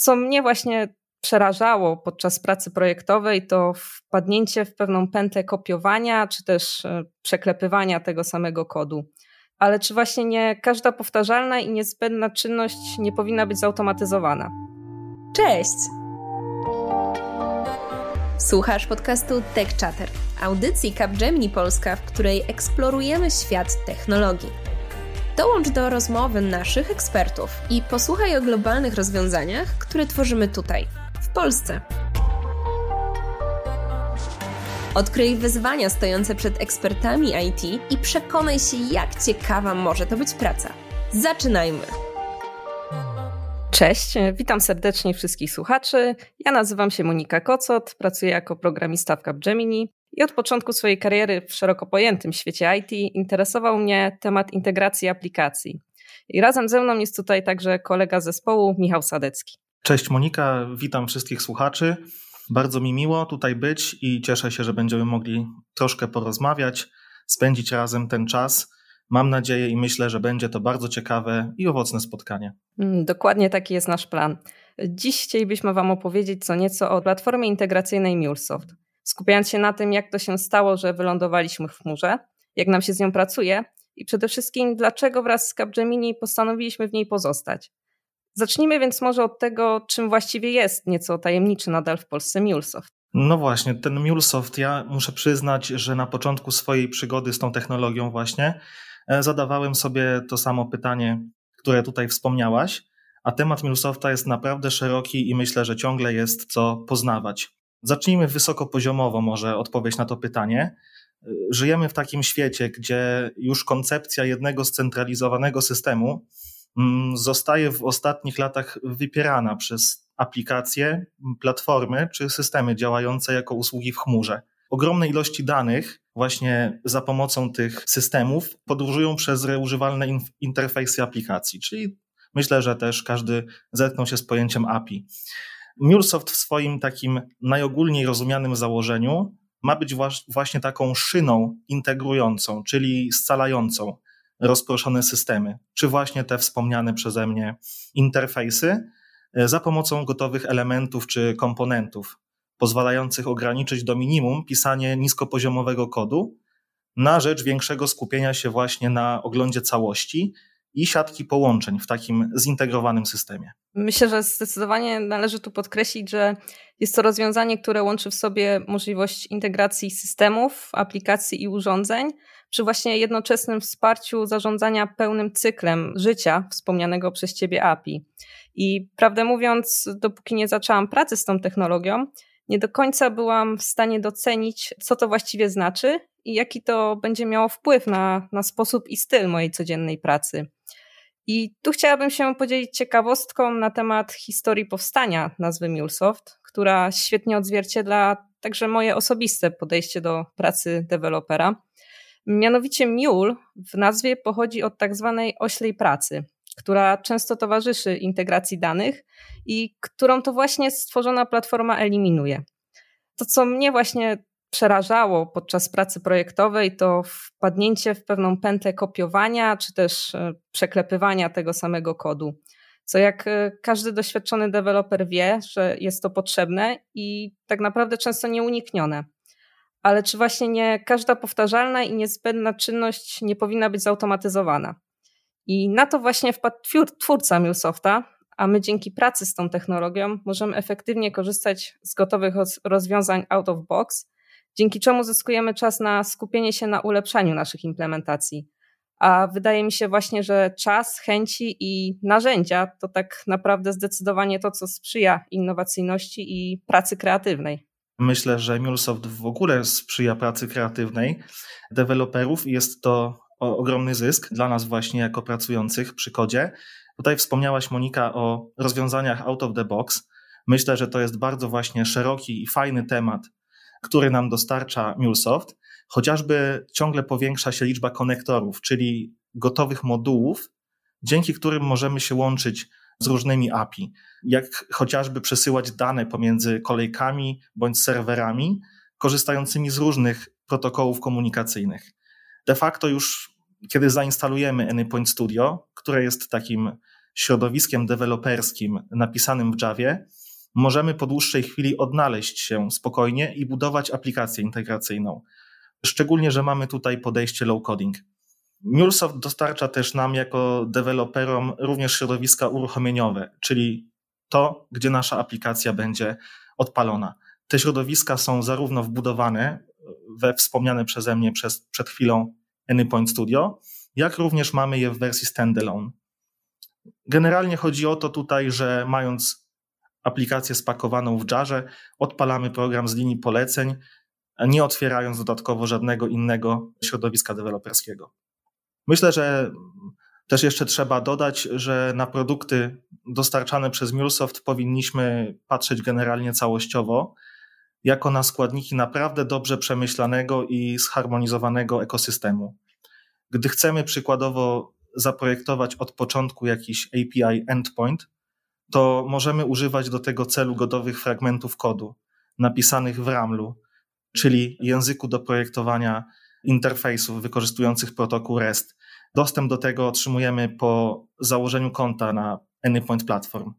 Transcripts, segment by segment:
To, co mnie właśnie przerażało podczas pracy projektowej, to wpadnięcie w pewną pętlę kopiowania, czy też przeklepywania tego samego kodu. Ale czy właśnie nie każda powtarzalna i niezbędna czynność nie powinna być zautomatyzowana? Cześć! Słuchasz podcastu Tech Chatter, audycji Capgemini Polska, w której eksplorujemy świat technologii. Dołącz do rozmowy naszych ekspertów i posłuchaj o globalnych rozwiązaniach, które tworzymy tutaj, w Polsce. Odkryj wyzwania stojące przed ekspertami IT i przekonaj się, jak ciekawa może to być praca. Zaczynajmy! Cześć, witam serdecznie wszystkich słuchaczy. Ja nazywam się Monika Kocot, pracuję jako programista w Capgemini i od początku swojej kariery w szeroko pojętym świecie IT interesował mnie temat integracji aplikacji. I razem ze mną jest tutaj także kolega zespołu Michał Sadecki. Cześć Monika, witam wszystkich słuchaczy. Bardzo mi miło tutaj być i cieszę się, że będziemy mogli troszkę porozmawiać, spędzić razem ten czas. Mam nadzieję i myślę, że będzie to bardzo ciekawe i owocne spotkanie. Dokładnie taki jest nasz plan. Dziś chcielibyśmy Wam opowiedzieć co nieco o platformie integracyjnej MuleSoft, skupiając się na tym, jak to się stało, że wylądowaliśmy w chmurze, jak nam się z nią pracuje i przede wszystkim dlaczego wraz z Capgemini postanowiliśmy w niej pozostać. Zacznijmy więc może od tego, czym właściwie jest nieco tajemniczy nadal w Polsce MuleSoft. No właśnie, ten MuleSoft, ja muszę przyznać, że na początku swojej przygody z tą technologią właśnie zadawałem sobie to samo pytanie, które tutaj wspomniałaś, a temat MuleSofta jest naprawdę szeroki i myślę, że ciągle jest co poznawać. Zacznijmy wysokopoziomowo może odpowiedź na to pytanie. Żyjemy w takim świecie, gdzie już koncepcja jednego scentralizowanego systemu zostaje w ostatnich latach wypierana przez aplikacje, platformy czy systemy działające jako usługi w chmurze. Ogromne ilości danych właśnie za pomocą tych systemów podróżują przez reużywalne interfejsy aplikacji, czyli myślę, że też każdy zetknął się z pojęciem API. MuleSoft w swoim takim najogólniej rozumianym założeniu ma być właśnie taką szyną integrującą, czyli scalającą rozproszone systemy, czy właśnie te wspomniane przeze mnie interfejsy za pomocą gotowych elementów czy komponentów, pozwalających ograniczyć do minimum pisanie niskopoziomowego kodu na rzecz większego skupienia się właśnie na oglądzie całości i siatki połączeń w takim zintegrowanym systemie. Myślę, że zdecydowanie należy tu podkreślić, że jest to rozwiązanie, które łączy w sobie możliwość integracji systemów, aplikacji i urządzeń przy właśnie jednoczesnym wsparciu zarządzania pełnym cyklem życia wspomnianego przez Ciebie API. I prawdę mówiąc, dopóki nie zaczęłam pracy z tą technologią, nie do końca byłam w stanie docenić, co to właściwie znaczy i jaki to będzie miało wpływ na sposób i styl mojej codziennej pracy. I tu chciałabym się podzielić ciekawostką na temat historii powstania nazwy MuleSoft, która świetnie odzwierciedla także moje osobiste podejście do pracy dewelopera. Mianowicie Mule w nazwie pochodzi od tak zwanej oślej pracy, która często towarzyszy integracji danych i którą to właśnie stworzona platforma eliminuje. To, co mnie właśnie przerażało podczas pracy projektowej, to wpadnięcie w pewną pętlę kopiowania, czy też przeklepywania tego samego kodu. Co jak każdy doświadczony deweloper wie, że jest to potrzebne i tak naprawdę często nieuniknione. Ale czy właśnie nie każda powtarzalna i niezbędna czynność nie powinna być zautomatyzowana? I na to właśnie wpadł twórca MuleSofta, a my dzięki pracy z tą technologią możemy efektywnie korzystać z gotowych rozwiązań out of box, dzięki czemu zyskujemy czas na skupienie się na ulepszaniu naszych implementacji. A wydaje mi się właśnie, że czas, chęci i narzędzia to tak naprawdę zdecydowanie to, co sprzyja innowacyjności i pracy kreatywnej. Myślę, że MuleSoft w ogóle sprzyja pracy kreatywnej deweloperów i jest to ogromny zysk dla nas właśnie jako pracujących przy kodzie. Tutaj wspomniałaś, Monika, o rozwiązaniach out of the box. Myślę, że to jest bardzo właśnie szeroki i fajny temat, który nam dostarcza MuleSoft. Chociażby ciągle powiększa się liczba konektorów, czyli gotowych modułów, dzięki którym możemy się łączyć z różnymi API, jak chociażby przesyłać dane pomiędzy kolejkami bądź serwerami, korzystającymi z różnych protokołów komunikacyjnych. De facto już kiedy zainstalujemy AnyPoint Studio, które jest takim środowiskiem deweloperskim napisanym w Javie, możemy po dłuższej chwili odnaleźć się spokojnie i budować aplikację integracyjną. Szczególnie, że mamy tutaj podejście low coding. MuleSoft dostarcza też nam jako deweloperom również środowiska uruchomieniowe, czyli to, gdzie nasza aplikacja będzie odpalona. Te środowiska są zarówno wbudowane we wspomniane przeze mnie przed chwilą AnyPoint Studio, jak również mamy je w wersji standalone. Generalnie chodzi o to tutaj, że mając aplikację spakowaną w Jarze, odpalamy program z linii poleceń, nie otwierając dodatkowo żadnego innego środowiska deweloperskiego. Myślę, że też jeszcze trzeba dodać, że na produkty dostarczane przez MuleSoft powinniśmy patrzeć generalnie całościowo, jako na składniki naprawdę dobrze przemyślanego i zharmonizowanego ekosystemu. Gdy chcemy przykładowo zaprojektować od początku jakiś API endpoint, to możemy używać do tego celu gotowych fragmentów kodu napisanych w Ramlu, czyli języku do projektowania interfejsów wykorzystujących protokół REST. Dostęp do tego otrzymujemy po założeniu konta na AnyPoint Platform.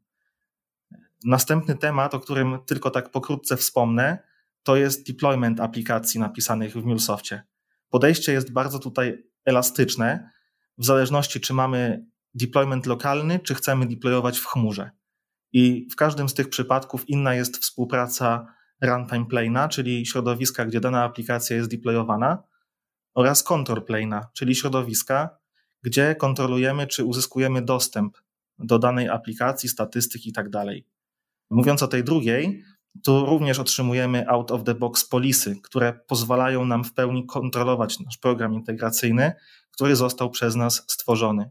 Następny temat, o którym tylko tak pokrótce wspomnę, to jest deployment aplikacji napisanych w MuleSoftie. Podejście jest bardzo tutaj elastyczne, w zależności czy mamy deployment lokalny, czy chcemy deployować w chmurze. I w każdym z tych przypadków inna jest współpraca runtime plane'a, czyli środowiska, gdzie dana aplikacja jest deployowana, oraz control plane'a, czyli środowiska, gdzie kontrolujemy, czy uzyskujemy dostęp do danej aplikacji, statystyk i tak dalej. Mówiąc o tej drugiej, tu również otrzymujemy out-of-the-box polisy, które pozwalają nam w pełni kontrolować nasz program integracyjny, który został przez nas stworzony.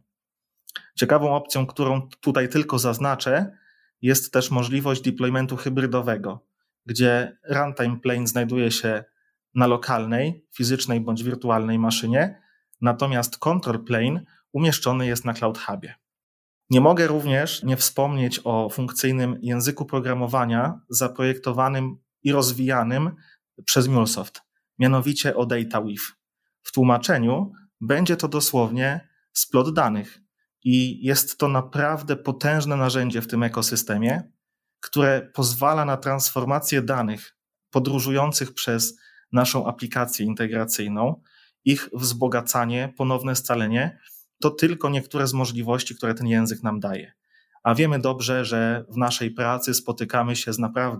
Ciekawą opcją, którą tutaj tylko zaznaczę, jest też możliwość deploymentu hybrydowego, gdzie runtime plane znajduje się na lokalnej, fizycznej bądź wirtualnej maszynie, natomiast control plane umieszczony jest na Cloud Hubie. Nie mogę również nie wspomnieć o funkcyjnym języku programowania zaprojektowanym i rozwijanym przez MuleSoft, mianowicie o DataWeave. W tłumaczeniu będzie to dosłownie splot danych i jest to naprawdę potężne narzędzie w tym ekosystemie, które pozwala na transformację danych podróżujących przez naszą aplikację integracyjną, ich wzbogacanie, ponowne scalenie, to tylko niektóre z możliwości, które ten język nam daje. A wiemy dobrze, że w naszej pracy spotykamy się z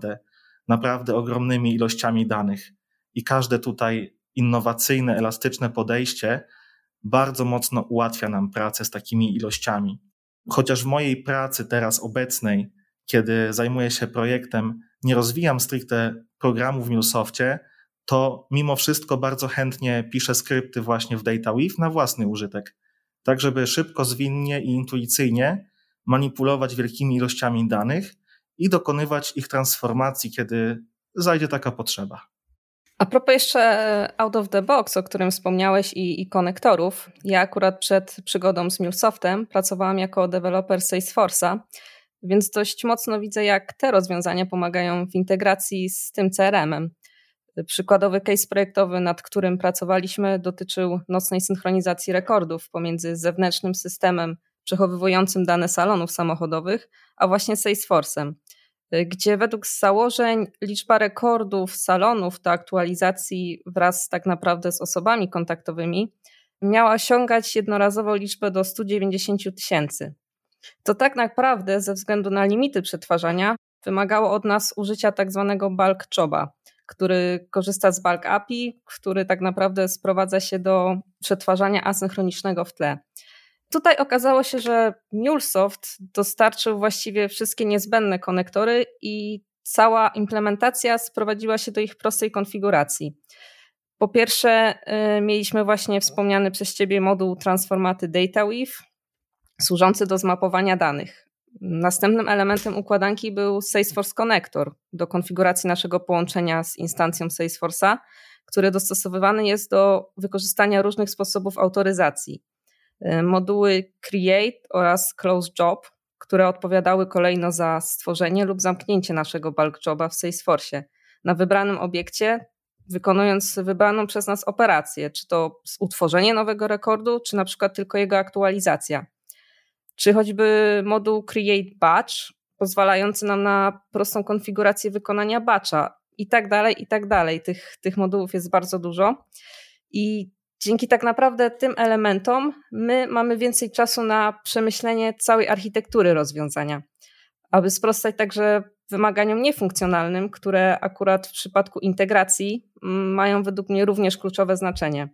naprawdę ogromnymi ilościami danych i każde tutaj innowacyjne, elastyczne podejście bardzo mocno ułatwia nam pracę z takimi ilościami. Chociaż w mojej pracy teraz obecnej, kiedy zajmuję się projektem, nie rozwijam stricte programu w MuleSoftie, to mimo wszystko bardzo chętnie piszę skrypty właśnie w DataWeave na własny użytek, tak żeby szybko, zwinnie i intuicyjnie manipulować wielkimi ilościami danych i dokonywać ich transformacji, kiedy zajdzie taka potrzeba. A propos jeszcze out of the box, o którym wspomniałeś i konektorów, ja akurat przed przygodą z MuleSoftem pracowałam jako deweloper Salesforce'a, więc dość mocno widzę, jak te rozwiązania pomagają w integracji z tym CRM-em. Przykładowy case projektowy, nad którym pracowaliśmy, dotyczył nocnej synchronizacji rekordów pomiędzy zewnętrznym systemem przechowującym dane salonów samochodowych, a właśnie Salesforce'em, gdzie według założeń liczba rekordów salonów do aktualizacji wraz tak naprawdę z osobami kontaktowymi miała osiągać jednorazowo liczbę do 190 000. To tak naprawdę ze względu na limity przetwarzania wymagało od nas użycia tak zwanego bulk joba, który korzysta z bulk API, który tak naprawdę sprowadza się do przetwarzania asynchronicznego w tle. Tutaj okazało się, że MuleSoft dostarczył właściwie wszystkie niezbędne konektory i cała implementacja sprowadziła się do ich prostej konfiguracji. Po pierwsze, mieliśmy właśnie wspomniany przez Ciebie moduł transformaty DataWeave, służący do zmapowania danych. Następnym elementem układanki był Salesforce Connector do konfiguracji naszego połączenia z instancją Salesforce'a, który dostosowywany jest do wykorzystania różnych sposobów autoryzacji. Moduły Create oraz Close Job, które odpowiadały kolejno za stworzenie lub zamknięcie naszego bulk joba w Salesforce'ie na wybranym obiekcie, wykonując wybraną przez nas operację, czy to utworzenie nowego rekordu, czy na przykład tylko jego aktualizacja. czy choćby moduł Create Batch, pozwalający nam na prostą konfigurację wykonania batcha i tak dalej, i tak dalej. Tych modułów jest bardzo dużo i dzięki tak naprawdę tym elementom my mamy więcej czasu na przemyślenie całej architektury rozwiązania, aby sprostać także wymaganiom niefunkcjonalnym, które akurat w przypadku integracji mają według mnie również kluczowe znaczenie.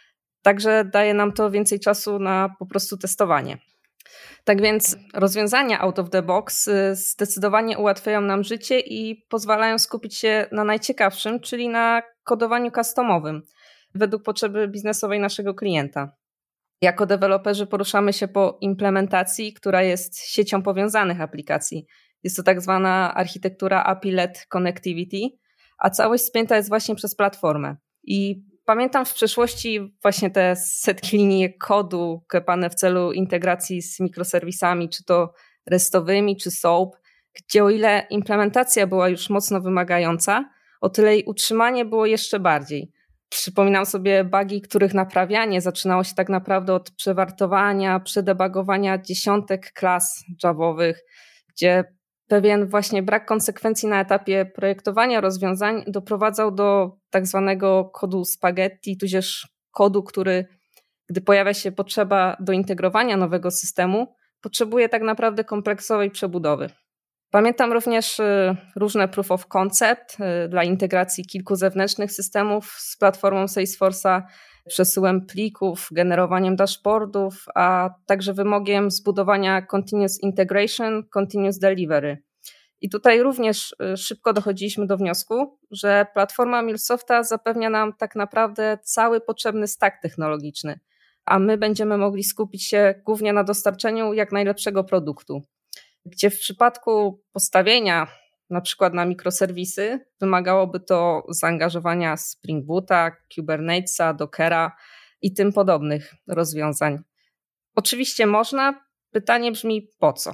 Także daje nam to więcej czasu na po prostu testowanie. Tak więc rozwiązania out of the box zdecydowanie ułatwiają nam życie i pozwalają skupić się na najciekawszym, czyli na kodowaniu customowym według potrzeby biznesowej naszego klienta. Jako deweloperzy poruszamy się po implementacji, która jest siecią powiązanych aplikacji. Jest to tak zwana architektura API-led connectivity, a całość spięta jest właśnie przez platformę. I pamiętam w przeszłości właśnie te setki linii kodu klepane w celu integracji z mikroserwisami, czy to restowymi, czy SOAP, gdzie o ile implementacja była już mocno wymagająca, o tyle jej utrzymanie było jeszcze bardziej. Przypominam sobie bugi, których naprawianie zaczynało się tak naprawdę od przewartowania, przedebugowania dziesiątek klas javowych, gdzie pewien właśnie brak konsekwencji na etapie projektowania rozwiązań doprowadzał do tak zwanego kodu spaghetti, tudzież kodu, który, gdy pojawia się potrzeba dointegrowania nowego systemu, potrzebuje tak naprawdę kompleksowej przebudowy. Pamiętam również różne proof of concept dla integracji kilku zewnętrznych systemów z platformą Salesforce'a, przesyłem plików, generowaniem dashboardów, a także wymogiem zbudowania continuous integration, continuous delivery. I tutaj również szybko dochodziliśmy do wniosku, że platforma MuleSofta zapewnia nam tak naprawdę cały potrzebny stack technologiczny, a my będziemy mogli skupić się głównie na dostarczeniu jak najlepszego produktu. Gdzie w przypadku postawienia na przykład na mikroserwisy wymagałoby to zaangażowania Spring Boota, Kubernetesa, Dockera i tym podobnych rozwiązań. Oczywiście można, pytanie brzmi po co?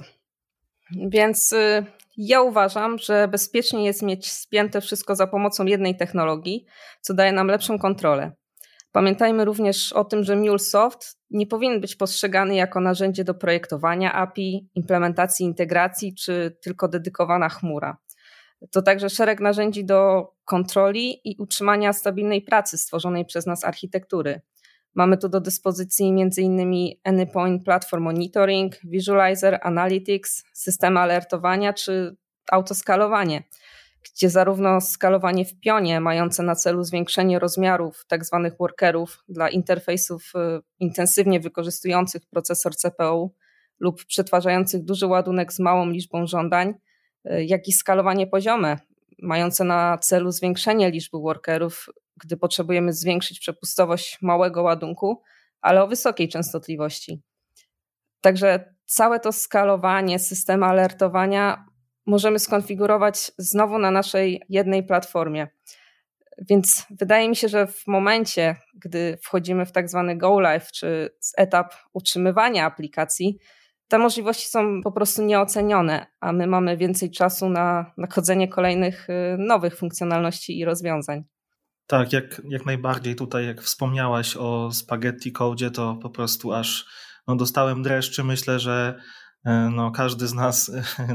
Więc ja uważam, że bezpiecznie jest mieć spięte wszystko za pomocą jednej technologii, co daje nam lepszą kontrolę. Pamiętajmy również o tym, że MuleSoft nie powinien być postrzegany jako narzędzie do projektowania API, implementacji integracji czy tylko dedykowana chmura. To także szereg narzędzi do kontroli i utrzymania stabilnej pracy stworzonej przez nas architektury. Mamy tu do dyspozycji m.in. Anypoint Platform Monitoring, Visualizer, Analytics, systemy alertowania czy autoskalowanie, gdzie zarówno skalowanie w pionie mające na celu zwiększenie rozmiarów tzw. workerów dla interfejsów intensywnie wykorzystujących procesor CPU lub przetwarzających duży ładunek z małą liczbą żądań, jak i skalowanie poziome mające na celu zwiększenie liczby workerów, gdy potrzebujemy zwiększyć przepustowość małego ładunku, ale o wysokiej częstotliwości. Także całe to skalowanie, systemy alertowania możemy skonfigurować znowu na naszej jednej platformie. Więc wydaje mi się, że w momencie, gdy wchodzimy w tak zwany go live, czy etap utrzymywania aplikacji, te możliwości są po prostu nieocenione, a my mamy więcej czasu na chodzenie kolejnych nowych funkcjonalności i rozwiązań. Tak, jak najbardziej tutaj, jak wspomniałaś o spaghetti codzie, to po prostu aż dostałem dreszczy. Myślę, że każdy z nas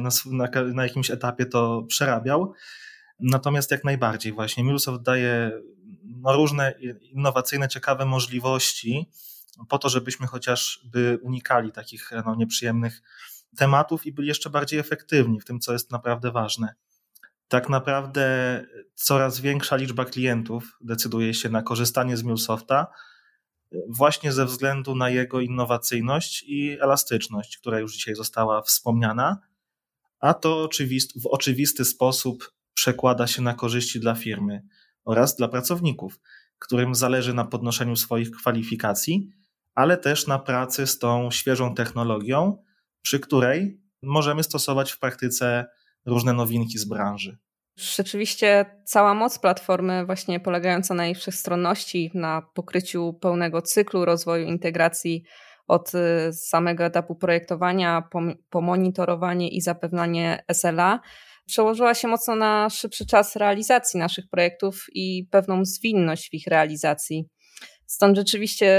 na jakimś etapie to przerabiał. Natomiast jak najbardziej właśnie MuleSoft daje różne innowacyjne, ciekawe możliwości po to, żebyśmy chociażby unikali takich nieprzyjemnych tematów i byli jeszcze bardziej efektywni w tym, co jest naprawdę ważne. Tak naprawdę coraz większa liczba klientów decyduje się na korzystanie z MuleSofta właśnie ze względu na jego innowacyjność i elastyczność, która już dzisiaj została wspomniana, a to w oczywisty sposób przekłada się na korzyści dla firmy oraz dla pracowników, którym zależy na podnoszeniu swoich kwalifikacji, ale też na pracy z tą świeżą technologią, przy której możemy stosować w praktyce różne nowinki z branży. Rzeczywiście cała moc platformy, właśnie polegająca na jej wszechstronności, na pokryciu pełnego cyklu rozwoju integracji od samego etapu projektowania po monitorowanie i zapewnianie SLA, przełożyła się mocno na szybszy czas realizacji naszych projektów i pewną zwinność w ich realizacji. Stąd rzeczywiście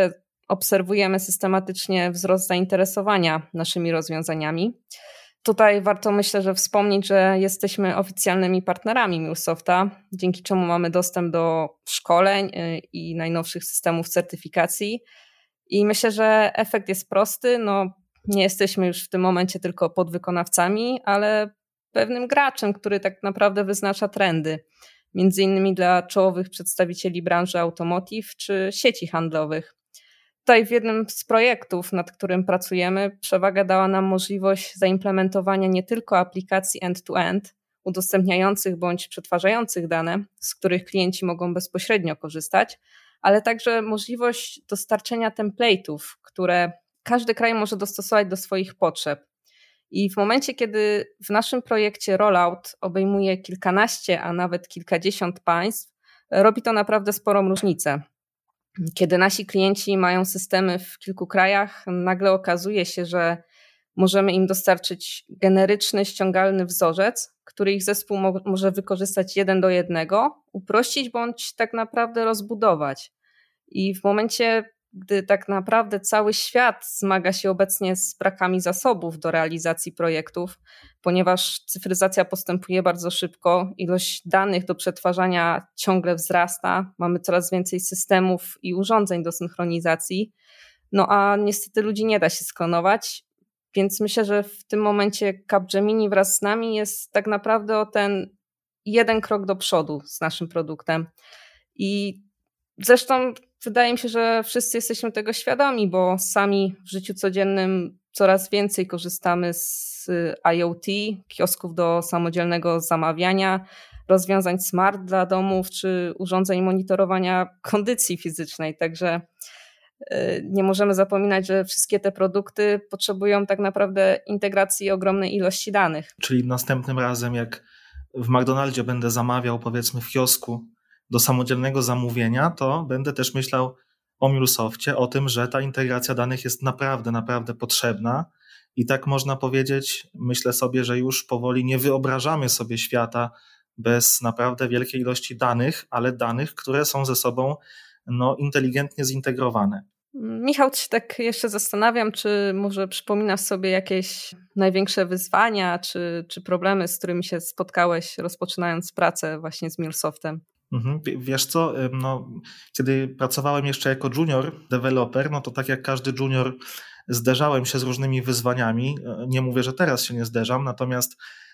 obserwujemy systematycznie wzrost zainteresowania naszymi rozwiązaniami. Tutaj warto, myślę, że wspomnieć, że jesteśmy oficjalnymi partnerami MuleSofta, dzięki czemu mamy dostęp do szkoleń i najnowszych systemów certyfikacji. I myślę, że efekt jest prosty. Nie jesteśmy już w tym momencie tylko podwykonawcami, ale pewnym graczem, który tak naprawdę wyznacza trendy. Między innymi dla czołowych przedstawicieli branży automotive czy sieci handlowych. Tutaj w jednym z projektów, nad którym pracujemy, przewaga dała nam możliwość zaimplementowania nie tylko aplikacji end-to-end, udostępniających bądź przetwarzających dane, z których klienci mogą bezpośrednio korzystać, ale także możliwość dostarczenia template'ów, które każdy kraj może dostosować do swoich potrzeb. I w momencie, kiedy w naszym projekcie rollout obejmuje kilkanaście, a nawet kilkadziesiąt państw, robi to naprawdę sporą różnicę. Kiedy nasi klienci mają systemy w kilku krajach, nagle okazuje się, że możemy im dostarczyć generyczny, ściągalny wzorzec, który ich zespół może wykorzystać 1:1, uprościć bądź tak naprawdę rozbudować. I w momencie, gdy tak naprawdę cały świat zmaga się obecnie z brakami zasobów do realizacji projektów, ponieważ cyfryzacja postępuje bardzo szybko, ilość danych do przetwarzania ciągle wzrasta, mamy coraz więcej systemów i urządzeń do synchronizacji, a niestety ludzi nie da się sklonować, więc myślę, że w tym momencie Capgemini wraz z nami jest tak naprawdę o ten jeden krok do przodu z naszym produktem. I zresztą wydaje mi się, że wszyscy jesteśmy tego świadomi, bo sami w życiu codziennym coraz więcej korzystamy z IoT, kiosków do samodzielnego zamawiania, rozwiązań smart dla domów czy urządzeń monitorowania kondycji fizycznej. Także nie możemy zapominać, że wszystkie te produkty potrzebują tak naprawdę integracji ogromnej ilości danych. Czyli następnym razem, jak w McDonaldzie będę zamawiał, powiedzmy w kiosku, do samodzielnego zamówienia, to będę też myślał o MuleSoftie, o tym, że ta integracja danych jest naprawdę, naprawdę potrzebna i tak można powiedzieć, myślę sobie, że już powoli nie wyobrażamy sobie świata bez naprawdę wielkiej ilości danych, ale danych, które są ze sobą inteligentnie zintegrowane. Michał, się tak jeszcze zastanawiam, czy może przypominasz sobie jakieś największe wyzwania czy problemy, z którymi się spotkałeś, rozpoczynając pracę właśnie z MuleSoftem? Wiesz co, kiedy pracowałem jeszcze jako junior developer, to tak jak każdy junior zderzałem się z różnymi wyzwaniami. Nie mówię, że teraz się nie zderzam, natomiast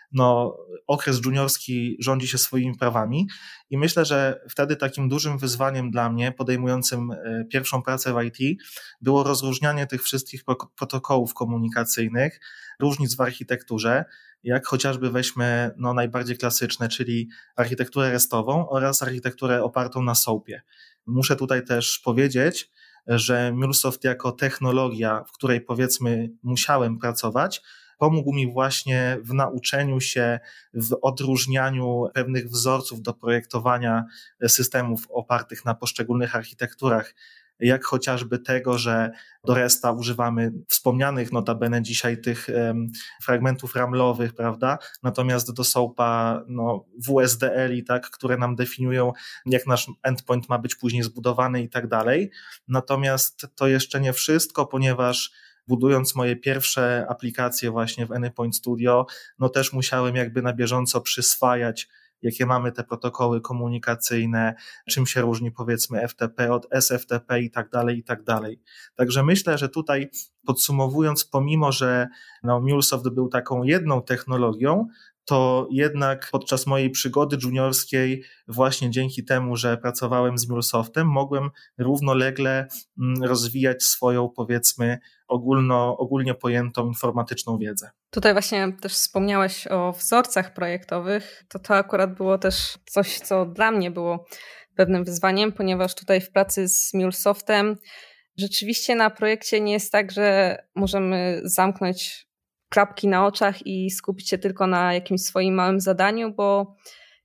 okres juniorski rządzi się swoimi prawami i myślę, że wtedy takim dużym wyzwaniem dla mnie, podejmującym pierwszą pracę w IT, było rozróżnianie tych wszystkich protokołów komunikacyjnych, różnic w architekturze, jak chociażby weźmy najbardziej klasyczne, czyli architekturę restową oraz architekturę opartą na SOAP-ie. Muszę tutaj też powiedzieć, że MuleSoft jako technologia, w której powiedzmy musiałem pracować, pomógł mi właśnie w nauczeniu się, w odróżnianiu pewnych wzorców do projektowania systemów opartych na poszczególnych architekturach, jak chociażby tego, że do Resta używamy wspomnianych notabene dzisiaj tych fragmentów ramlowych, prawda? Natomiast do SOAP-a WSDL-i, tak, które nam definiują, jak nasz endpoint ma być później zbudowany i tak dalej. Natomiast to jeszcze nie wszystko, ponieważ budując moje pierwsze aplikacje właśnie w Anypoint Studio, też musiałem jakby na bieżąco przyswajać, jakie mamy te protokoły komunikacyjne, czym się różni powiedzmy FTP od SFTP i tak dalej, i tak dalej. Także myślę, że tutaj podsumowując, pomimo że MuleSoft był taką jedną technologią, to jednak podczas mojej przygody juniorskiej właśnie dzięki temu, że pracowałem z MuleSoftem, mogłem równolegle rozwijać swoją powiedzmy ogólnie pojętą informatyczną wiedzę. Tutaj właśnie też wspomniałeś o wzorcach projektowych. To akurat było też coś, co dla mnie było pewnym wyzwaniem, ponieważ tutaj w pracy z MuleSoftem rzeczywiście na projekcie nie jest tak, że możemy zamknąć klapki na oczach i skupić się tylko na jakimś swoim małym zadaniu, bo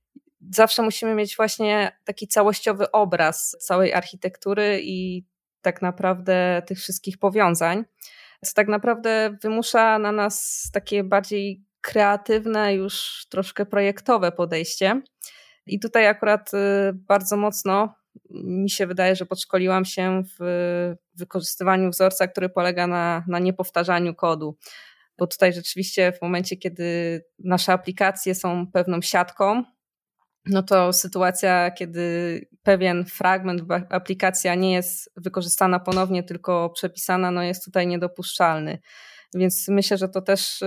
zawsze musimy mieć właśnie taki całościowy obraz całej architektury i tak naprawdę tych wszystkich powiązań, co tak naprawdę wymusza na nas takie bardziej kreatywne, już troszkę projektowe podejście. I tutaj akurat bardzo mocno mi się wydaje, że podszkoliłam się w wykorzystywaniu wzorca, który polega na niepowtarzaniu kodu. Bo tutaj rzeczywiście w momencie, kiedy nasze aplikacje są pewną siatką, no to sytuacja, kiedy pewien fragment aplikacja nie jest wykorzystana ponownie, tylko przepisana, no jest tutaj niedopuszczalny. Więc myślę, że to też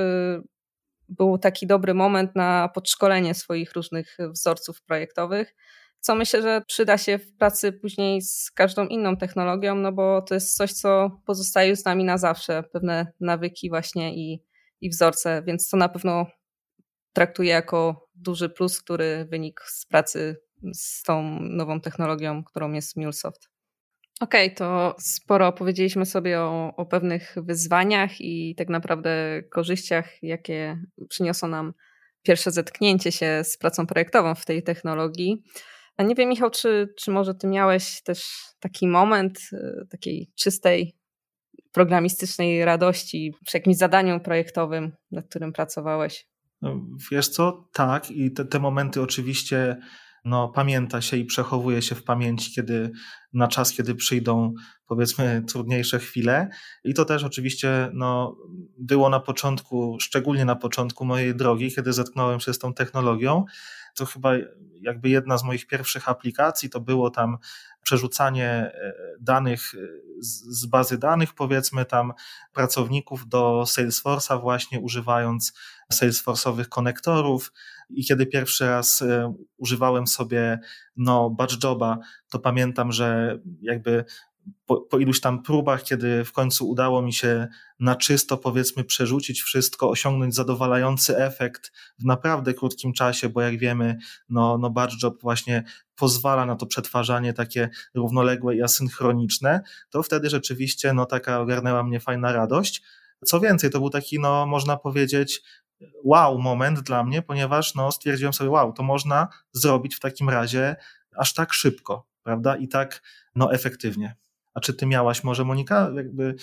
był taki dobry moment na podszkolenie swoich różnych wzorców projektowych, co myślę, że przyda się w pracy później z każdą inną technologią, no bo to jest coś, co pozostaje z nami na zawsze, pewne nawyki właśnie i wzorce, więc to na pewno traktuję jako duży plus, który wynikł z pracy z tą nową technologią, którą jest MuleSoft. Okej, to sporo opowiedzieliśmy sobie o pewnych wyzwaniach i tak naprawdę korzyściach, jakie przyniosło nam pierwsze zetknięcie się z pracą projektową w tej technologii. A nie wiem, Michał, czy może ty miałeś też taki moment takiej czystej programistycznej radości przy jakimś zadaniu projektowym, nad którym pracowałeś? No, wiesz co? Tak, i te momenty oczywiście pamięta się i przechowuje się w pamięci, na czas, kiedy przyjdą, powiedzmy, trudniejsze chwile. I to też oczywiście było na początku, szczególnie na początku mojej drogi, kiedy zetknąłem się z tą technologią. To chyba jakby jedna z moich pierwszych aplikacji to było tam przerzucanie danych z bazy danych, powiedzmy tam pracowników do Salesforce'a, właśnie używając Salesforce'owych konektorów. I kiedy pierwszy raz używałem sobie batch joba, to pamiętam, że jakby po iluś tam próbach, kiedy w końcu udało mi się na czysto, powiedzmy, przerzucić wszystko, osiągnąć zadowalający efekt w naprawdę krótkim czasie, bo jak wiemy, batch job właśnie pozwala na to przetwarzanie takie równoległe i asynchroniczne, to wtedy rzeczywiście taka ogarnęła mnie fajna radość. Co więcej, to był taki, można powiedzieć, wow moment dla mnie, ponieważ stwierdziłem sobie, wow, to można zrobić w takim razie aż tak szybko, prawda, i tak efektywnie. A czy ty miałaś może, Monika, jakby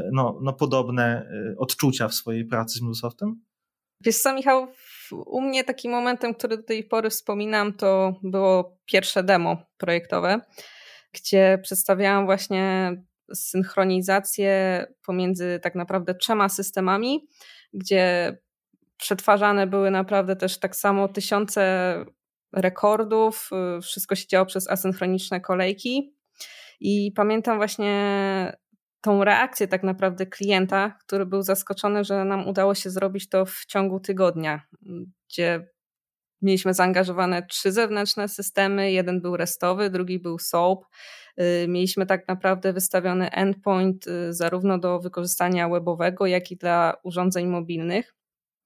podobne odczucia w swojej pracy z MuleSoftem? Wiesz co, Michał, u mnie takim momentem, który do tej pory wspominam, to było pierwsze demo projektowe, gdzie przedstawiałam właśnie synchronizację pomiędzy tak naprawdę 3 systemami, gdzie przetwarzane były naprawdę też tak samo tysiące rekordów, wszystko się działo przez asynchroniczne kolejki i pamiętam właśnie tą reakcję tak naprawdę klienta, który był zaskoczony, że nam udało się zrobić to w ciągu tygodnia, gdzie mieliśmy zaangażowane 3 zewnętrzne systemy, jeden był restowy, drugi był SOAP. Mieliśmy tak naprawdę wystawiony endpoint zarówno do wykorzystania webowego, jak i dla urządzeń mobilnych.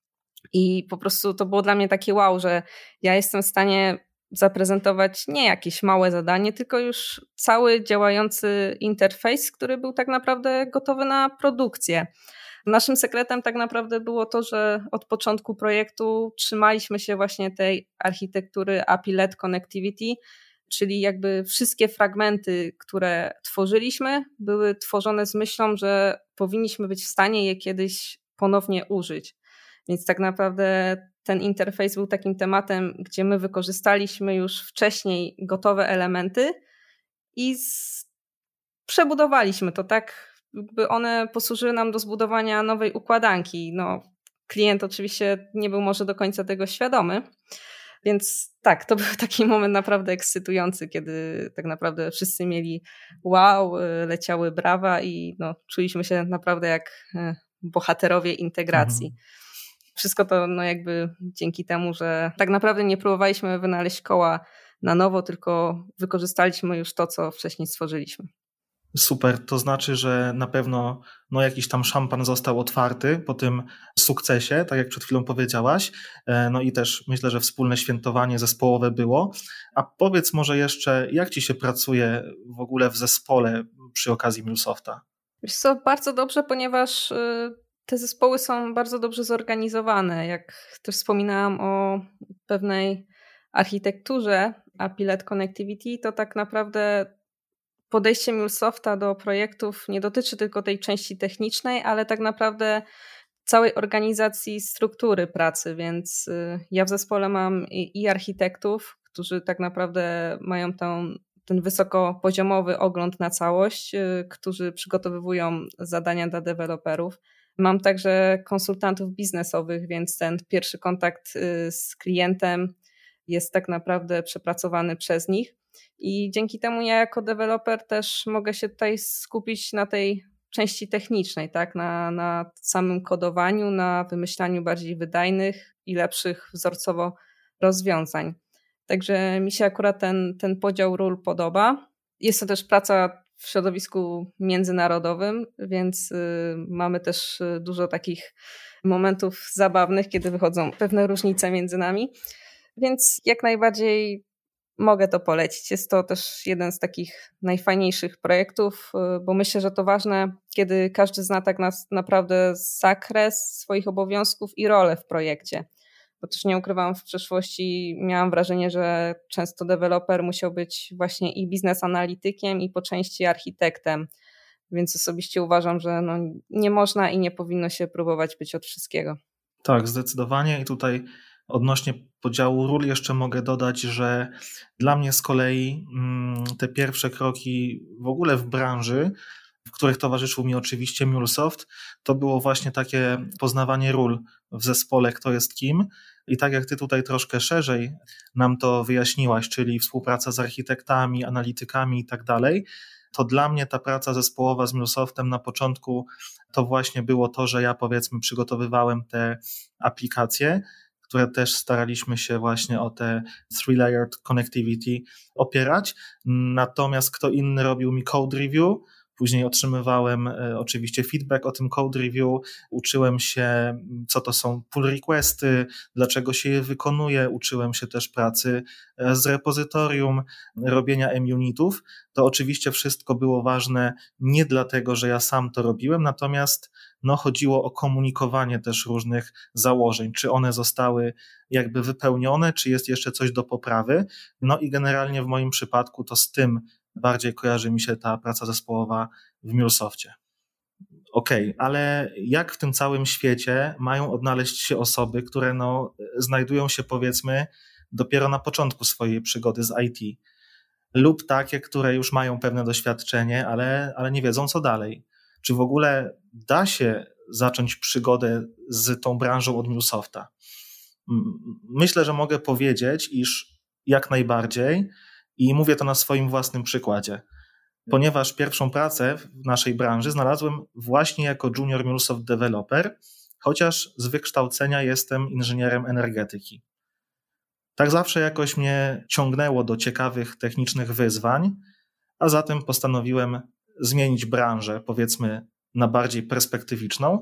I po prostu to było dla mnie takie wow, że ja jestem w stanie zaprezentować nie jakieś małe zadanie, tylko już cały działający interfejs, który był tak naprawdę gotowy na produkcję. Naszym sekretem tak naprawdę było to, że od początku projektu trzymaliśmy się właśnie tej architektury API-led Connectivity, czyli jakby wszystkie fragmenty, które tworzyliśmy, były tworzone z myślą, że powinniśmy być w stanie je kiedyś ponownie użyć. Więc tak naprawdę ten interfejs był takim tematem, gdzie my wykorzystaliśmy już wcześniej gotowe elementy i przebudowaliśmy to tak, by one posłużyły nam do zbudowania nowej układanki. Klient oczywiście nie był może do końca tego świadomy, więc tak, to był taki moment naprawdę ekscytujący, kiedy tak naprawdę wszyscy mieli wow, leciały brawa i czuliśmy się naprawdę jak bohaterowie integracji. Wszystko to jakby dzięki temu, że tak naprawdę nie próbowaliśmy wynaleźć koła na nowo, tylko wykorzystaliśmy już to, co wcześniej stworzyliśmy. Super, to znaczy, że na pewno jakiś tam szampan został otwarty po tym sukcesie, tak jak przed chwilą powiedziałaś, i też myślę, że wspólne świętowanie zespołowe było. A powiedz może jeszcze, jak ci się pracuje w ogóle w zespole przy okazji MuleSofta? Wiesz co, bardzo dobrze, ponieważ te zespoły są bardzo dobrze zorganizowane. Jak też wspominałam o pewnej architekturze API-led Connectivity, to tak naprawdę podejście MuleSofta do projektów nie dotyczy tylko tej części technicznej, ale tak naprawdę całej organizacji struktury pracy, więc ja w zespole mam i architektów, którzy tak naprawdę mają tą ten wysokopoziomowy ogląd na całość, którzy przygotowują zadania dla deweloperów. Mam także konsultantów biznesowych, więc ten pierwszy kontakt z klientem jest tak naprawdę przepracowany przez nich. I dzięki temu ja jako deweloper też mogę się tutaj skupić na tej części technicznej, tak? Na samym kodowaniu, na wymyślaniu bardziej wydajnych i lepszych wzorcowo rozwiązań. Także mi się akurat ten podział ról podoba. Jest to też praca w środowisku międzynarodowym, więc mamy też dużo takich momentów zabawnych, kiedy wychodzą pewne różnice między nami. Więc jak najbardziej mogę to polecić. Jest to też jeden z takich najfajniejszych projektów, bo myślę, że to ważne, kiedy każdy zna tak naprawdę zakres swoich obowiązków i rolę w projekcie. Bo też nie ukrywam, w przeszłości miałam wrażenie, że często deweloper musiał być właśnie i biznes analitykiem, i po części architektem. Więc osobiście uważam, że nie można i nie powinno się próbować być od wszystkiego. Tak, zdecydowanie. I tutaj odnośnie podziału ról jeszcze mogę dodać, że dla mnie z kolei te pierwsze kroki w ogóle w branży, w których towarzyszył mi oczywiście MuleSoft, to było właśnie takie poznawanie ról w zespole, kto jest kim. I tak jak ty tutaj troszkę szerzej nam to wyjaśniłaś, czyli współpraca z architektami, analitykami i tak dalej, to dla mnie ta praca zespołowa z MuleSoftem na początku to właśnie było to, że ja powiedzmy przygotowywałem te aplikacje, które też staraliśmy się właśnie o te three-layered connectivity opierać. Natomiast kto inny robił mi code review, później otrzymywałem oczywiście feedback o tym code review, uczyłem się, co to są pull requesty, dlaczego się je wykonuje, uczyłem się też pracy z repozytorium, robienia M-unitów. To oczywiście wszystko było ważne nie dlatego, że ja sam to robiłem, natomiast chodziło o komunikowanie też różnych założeń, czy one zostały jakby wypełnione, czy jest jeszcze coś do poprawy. I generalnie w moim przypadku to z tym bardziej kojarzy mi się ta praca zespołowa w MuleSoftie. Okej, ale jak w tym całym świecie mają odnaleźć się osoby, które znajdują się powiedzmy dopiero na początku swojej przygody z IT lub takie, które już mają pewne doświadczenie, ale nie wiedzą co dalej. Czy w ogóle da się zacząć przygodę z tą branżą od MuleSofta? Myślę, że mogę powiedzieć, iż jak najbardziej i mówię to na swoim własnym przykładzie, ponieważ pierwszą pracę w naszej branży znalazłem właśnie jako junior MuleSoft developer, chociaż z wykształcenia jestem inżynierem energetyki. Tak zawsze jakoś mnie ciągnęło do ciekawych technicznych wyzwań, a zatem postanowiłem zmienić branżę, powiedzmy, na bardziej perspektywiczną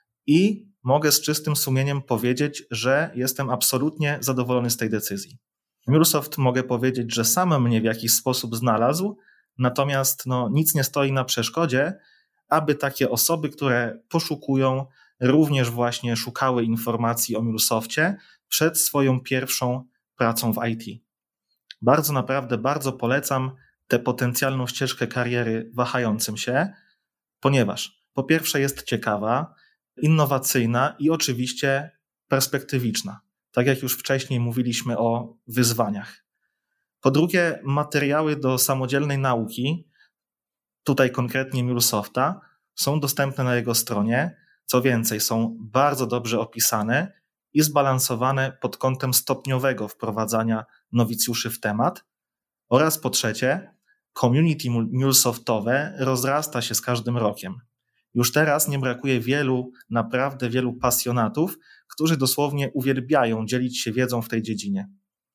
i mogę z czystym sumieniem powiedzieć, że jestem absolutnie zadowolony z tej decyzji. MuleSoft mogę powiedzieć, że sam mnie w jakiś sposób znalazł, natomiast nic nie stoi na przeszkodzie, aby takie osoby, które poszukują, również właśnie szukały informacji o MuleSoftie przed swoją pierwszą pracą w IT. Naprawdę bardzo polecam tę potencjalną ścieżkę kariery wahającym się, ponieważ po pierwsze jest ciekawa, innowacyjna i oczywiście perspektywiczna. Tak jak już wcześniej mówiliśmy o wyzwaniach. Po drugie, materiały do samodzielnej nauki, tutaj konkretnie MuleSofta, są dostępne na jego stronie. Co więcej, są bardzo dobrze opisane i zbalansowane pod kątem stopniowego wprowadzania nowicjuszy w temat. Oraz po trzecie, community MuleSoftowe rozrasta się z każdym rokiem. Już teraz nie brakuje naprawdę wielu pasjonatów, którzy dosłownie uwielbiają dzielić się wiedzą w tej dziedzinie.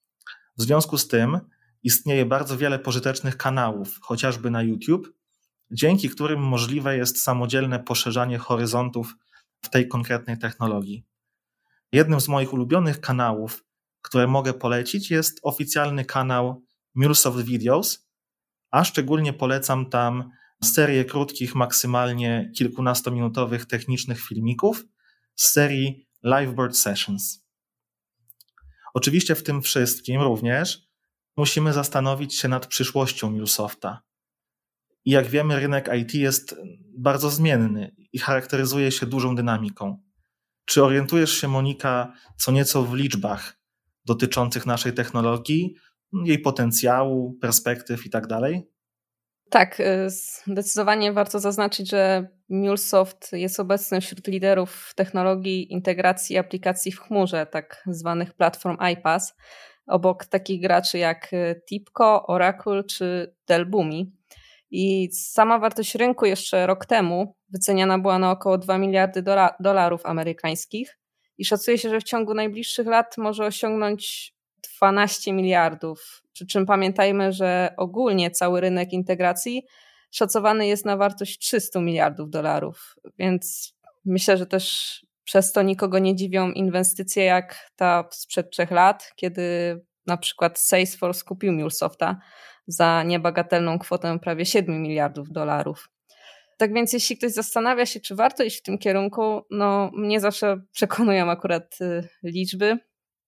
W związku z tym istnieje bardzo wiele pożytecznych kanałów, chociażby na YouTube, dzięki którym możliwe jest samodzielne poszerzanie horyzontów w tej konkretnej technologii. Jednym z moich ulubionych kanałów, które mogę polecić, jest oficjalny kanał MuleSoft Videos, a szczególnie polecam tam serię krótkich, maksymalnie kilkunastominutowych technicznych filmików z serii Livebird Sessions. Oczywiście w tym wszystkim również musimy zastanowić się nad przyszłością MuleSofta. I jak wiemy, rynek IT jest bardzo zmienny i charakteryzuje się dużą dynamiką. Czy orientujesz się, Monika, co nieco w liczbach dotyczących naszej technologii? jej potencjału, perspektyw i tak dalej? Tak, zdecydowanie warto zaznaczyć, że MuleSoft jest obecny wśród liderów technologii integracji aplikacji w chmurze, tak zwanych platform iPaaS, obok takich graczy jak TIBCO, Oracle czy Dell Boomi. I sama wartość rynku jeszcze rok temu wyceniana była na około 2 miliardy dolarów amerykańskich i szacuje się, że w ciągu najbliższych lat może osiągnąć 12 miliardów. Przy czym pamiętajmy, że ogólnie cały rynek integracji szacowany jest na wartość 300 miliardów dolarów, więc myślę, że też przez to nikogo nie dziwią inwestycje jak ta sprzed 3 lat, kiedy na przykład Salesforce kupił MuleSofta za niebagatelną kwotę prawie 7 miliardów dolarów. Tak więc jeśli ktoś zastanawia się, czy warto iść w tym kierunku, no mnie zawsze przekonują akurat liczby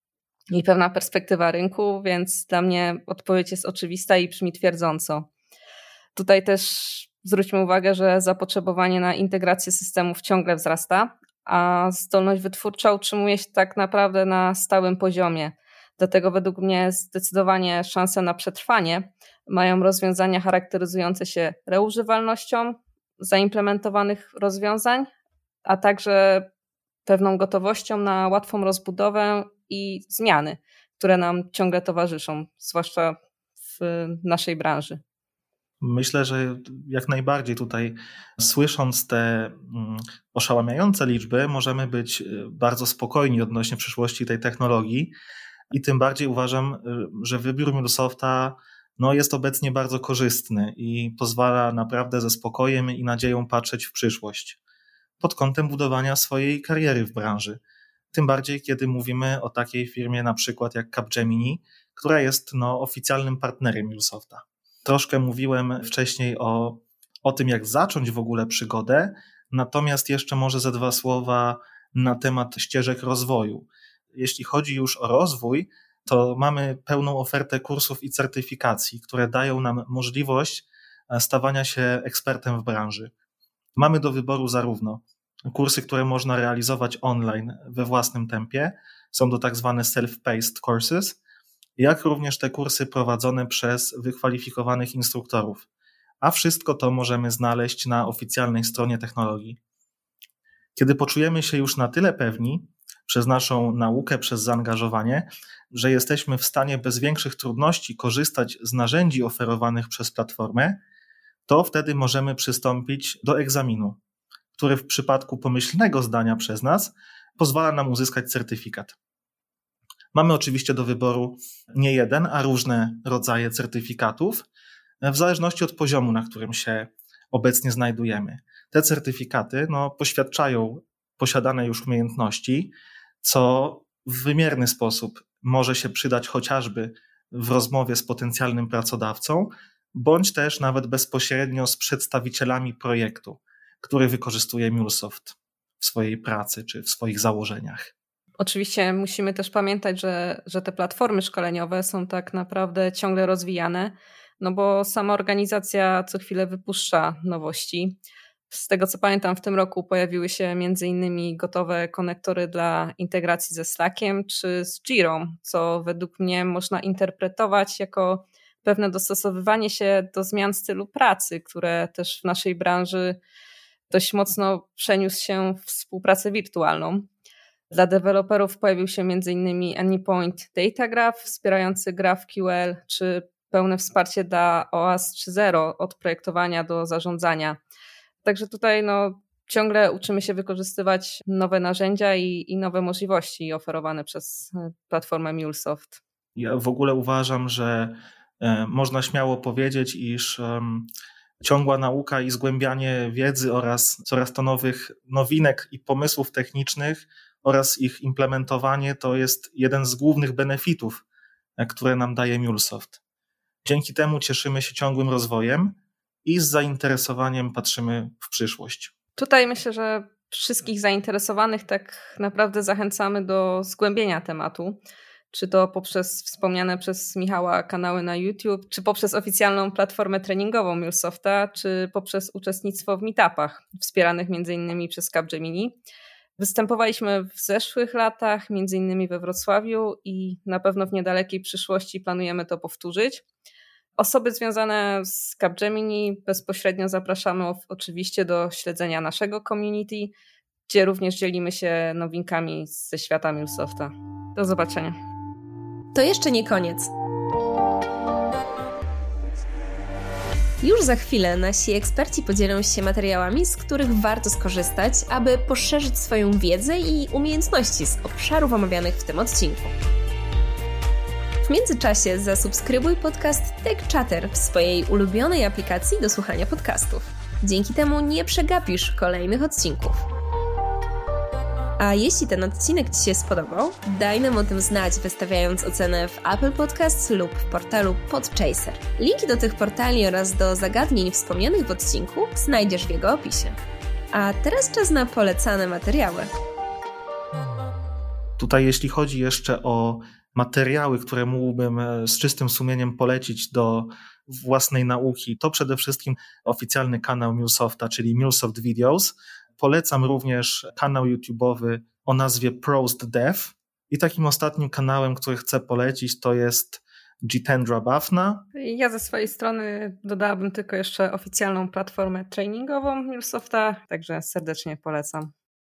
i pewna perspektywa rynku, więc dla mnie odpowiedź jest oczywista i brzmi twierdząco. Tutaj też zwróćmy uwagę, że zapotrzebowanie na integrację systemów ciągle wzrasta, a zdolność wytwórcza utrzymuje się tak naprawdę na stałym poziomie. Dlatego według mnie zdecydowanie szanse na przetrwanie mają rozwiązania charakteryzujące się reużywalnością zaimplementowanych rozwiązań, a także pewną gotowością na łatwą rozbudowę i zmiany, które nam ciągle towarzyszą, zwłaszcza w naszej branży. Myślę, że jak najbardziej tutaj, słysząc te oszałamiające liczby, możemy być bardzo spokojni odnośnie przyszłości tej technologii i tym bardziej uważam, że wybór MuleSofta jest obecnie bardzo korzystny i pozwala naprawdę ze spokojem i nadzieją patrzeć w przyszłość pod kątem budowania swojej kariery w branży. Tym bardziej, kiedy mówimy o takiej firmie na przykład jak Capgemini, która jest oficjalnym partnerem MuleSofta. Troszkę mówiłem wcześniej o tym, jak zacząć w ogóle przygodę, natomiast jeszcze może ze 2 słowa na temat ścieżek rozwoju. Jeśli chodzi już o rozwój, to mamy pełną ofertę kursów i certyfikacji, które dają nam możliwość stawania się ekspertem w branży. Mamy do wyboru zarówno kursy, które można realizować online we własnym tempie, są to tak zwane self-paced courses, jak również te kursy prowadzone przez wykwalifikowanych instruktorów. A wszystko to możemy znaleźć na oficjalnej stronie technologii. Kiedy poczujemy się już na tyle pewni przez naszą naukę, przez zaangażowanie, że jesteśmy w stanie bez większych trudności korzystać z narzędzi oferowanych przez platformę, to wtedy możemy przystąpić do egzaminu, który w przypadku pomyślnego zdania przez nas pozwala nam uzyskać certyfikat. Mamy oczywiście do wyboru nie jeden, a różne rodzaje certyfikatów, w zależności od poziomu, na którym się obecnie znajdujemy. Te certyfikaty poświadczają posiadane już umiejętności, co w wymierny sposób może się przydać chociażby w rozmowie z potencjalnym pracodawcą, bądź też nawet bezpośrednio z przedstawicielami projektu, który wykorzystuje MuleSoft w swojej pracy czy w swoich założeniach. Oczywiście musimy też pamiętać, że te platformy szkoleniowe są tak naprawdę ciągle rozwijane, bo sama organizacja co chwilę wypuszcza nowości. Z tego co pamiętam, w tym roku pojawiły się m.in. gotowe konektory dla integracji ze Slackiem czy z Jirą, co według mnie można interpretować jako pewne dostosowywanie się do zmian stylu pracy, które też w naszej branży dość mocno przeniósł się w współpracę wirtualną. Dla deweloperów pojawił się m.in. AnyPoint Data Graph wspierający GraphQL czy pełne wsparcie dla OAuth 3.0 od projektowania do zarządzania. Także tutaj ciągle uczymy się wykorzystywać nowe narzędzia i nowe możliwości oferowane przez platformę MuleSoft. Ja w ogóle uważam, że można śmiało powiedzieć, iż ciągła nauka i zgłębianie wiedzy oraz coraz to nowych nowinek i pomysłów technicznych oraz ich implementowanie to jest jeden z głównych benefitów, które nam daje MuleSoft. Dzięki temu cieszymy się ciągłym rozwojem i z zainteresowaniem patrzymy w przyszłość. Tutaj myślę, że wszystkich zainteresowanych tak naprawdę zachęcamy do zgłębienia tematu, czy to poprzez wspomniane przez Michała kanały na YouTube, czy poprzez oficjalną platformę treningową MuleSofta, czy poprzez uczestnictwo w meetupach wspieranych m.in. przez Capgemini. Występowaliśmy w zeszłych latach, między innymi we Wrocławiu i na pewno w niedalekiej przyszłości planujemy to powtórzyć. Osoby związane z Capgemini bezpośrednio zapraszamy oczywiście do śledzenia naszego community, gdzie również dzielimy się nowinkami ze świata MuleSofta. Do zobaczenia. To jeszcze nie koniec. Już za chwilę nasi eksperci podzielą się materiałami, z których warto skorzystać, aby poszerzyć swoją wiedzę i umiejętności z obszarów omawianych w tym odcinku. W międzyczasie zasubskrybuj podcast Tech Chatter w swojej ulubionej aplikacji do słuchania podcastów. Dzięki temu nie przegapisz kolejnych odcinków. A jeśli ten odcinek Ci się spodobał, daj nam o tym znać, wystawiając ocenę w Apple Podcasts lub w portalu Podchaser. Linki do tych portali oraz do zagadnień wspomnianych w odcinku znajdziesz w jego opisie. A teraz czas na polecane materiały. Tutaj jeśli chodzi jeszcze o materiały, które mógłbym z czystym sumieniem polecić do własnej nauki, to przede wszystkim oficjalny kanał MuleSofta, czyli MuleSoft Videos. Polecam również kanał YouTube'owy o nazwie Prost Dev i takim ostatnim kanałem, który chcę polecić, to jest Jitendra Bhawna. Ja ze swojej strony dodałabym tylko jeszcze oficjalną platformę trainingową MuleSofta, także serdecznie polecam.